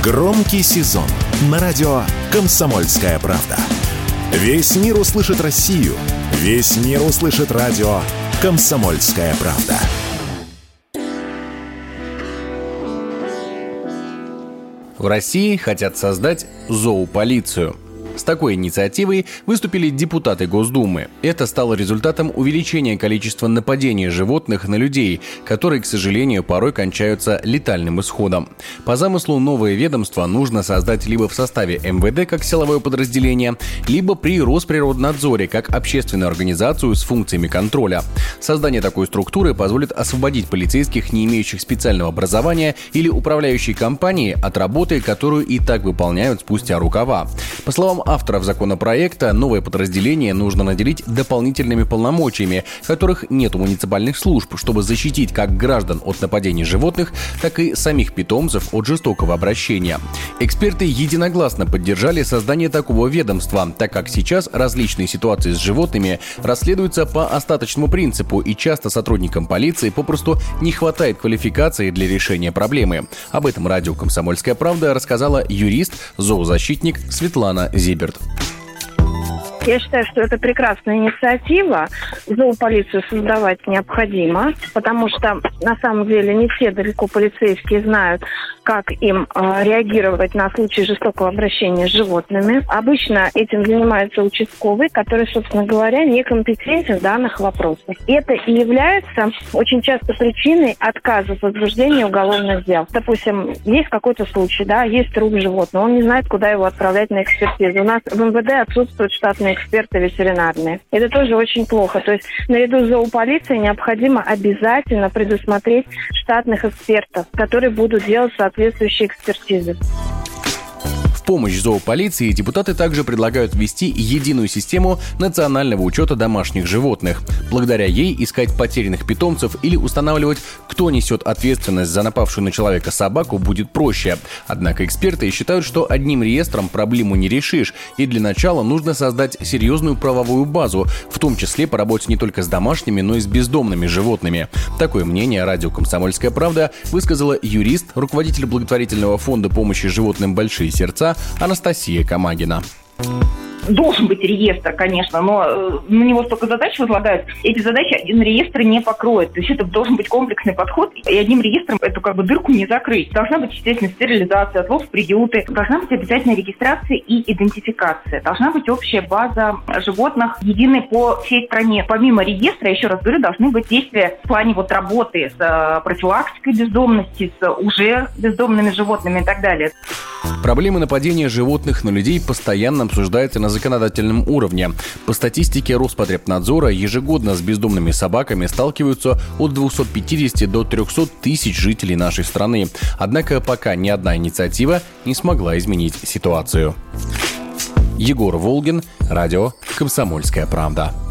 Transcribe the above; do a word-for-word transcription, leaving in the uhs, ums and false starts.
Громкий сезон на радио «Комсомольская правда». Весь мир услышит Россию. Весь мир услышит радио «Комсомольская правда». В России хотят создать зоополицию. С такой инициативой выступили депутаты Госдумы. Это стало результатом увеличения количества нападений животных на людей, которые, к сожалению, порой кончаются летальным исходом. По замыслу, новое ведомство нужно создать либо в составе эм вэ дэ как силовое подразделение, либо при Росприроднадзоре как общественную организацию с функциями контроля. Создание такой структуры позволит освободить полицейских, не имеющих специального образования или управляющей компании, от работы, которую и так выполняют спустя рукава. По словам авторов законопроекта, новое подразделение нужно наделить дополнительными полномочиями, которых нет у муниципальных служб, чтобы защитить как граждан от нападений животных, так и самих питомцев от жестокого обращения. Эксперты единогласно поддержали создание такого ведомства, так как сейчас различные ситуации с животными расследуются по остаточному принципу, и часто сотрудникам полиции попросту не хватает квалификации для решения проблемы. Об этом радио «Комсомольская правда» рассказала юрист, зоозащитник Светлана Зиберт. Я считаю, что это прекрасная инициатива. Зоополицию создавать необходимо, потому что на самом деле не все далеко полицейские знают, как им э, реагировать на случаи жестокого обращения с животными. Обычно этим занимается участковый, который, собственно говоря, некомпетентен в данных вопросах. Это и является очень часто причиной отказа в возбуждении уголовных дел. Допустим, есть какой-то случай, да, есть труп животного, он не знает, куда его отправлять на экспертизу. У нас в эм вэ дэ отсутствуют штатные эксперты ветеринарные. Это тоже очень плохо. То есть наряду с зоополицией необходимо обязательно предусмотреть штатных экспертов, которые будут делать соответствующие экспертизы. В помощь зоополиции депутаты также предлагают ввести единую систему национального учета домашних животных. Благодаря ей искать потерянных питомцев или устанавливать, кто несет ответственность за напавшую на человека собаку, будет проще. Однако эксперты считают, что одним реестром проблему не решишь, и для начала нужно создать серьезную правовую базу, в том числе по работе не только с домашними, но и с бездомными животными. Такое мнение радио «Комсомольская правда» высказала юрист, руководитель благотворительного фонда помощи животным «Большие сердца» Анастасия Камагина. Должен быть реестр, конечно, но на него столько задач возлагают. Эти задачи один реестр не покроет. То есть это должен быть комплексный подход, и одним реестром эту как бы дырку не закрыть. Должна быть, естественно, стерилизация, отлов в приюты, должна быть обязательно регистрация и идентификация. Должна быть общая база животных, единой по всей стране. Помимо реестра, еще раз говорю, должны быть действия в плане вот работы с профилактикой бездомности, с уже бездомными животными и так далее. Проблемы нападения животных на людей постоянно обсуждаются на законодательном уровне. По статистике Роспотребнадзора, ежегодно с бездомными собаками сталкиваются от двухсот пятидесяти до трехсот тысяч жителей нашей страны. Однако пока ни одна инициатива не смогла изменить ситуацию. Егор Волгин, радио «Комсомольская правда».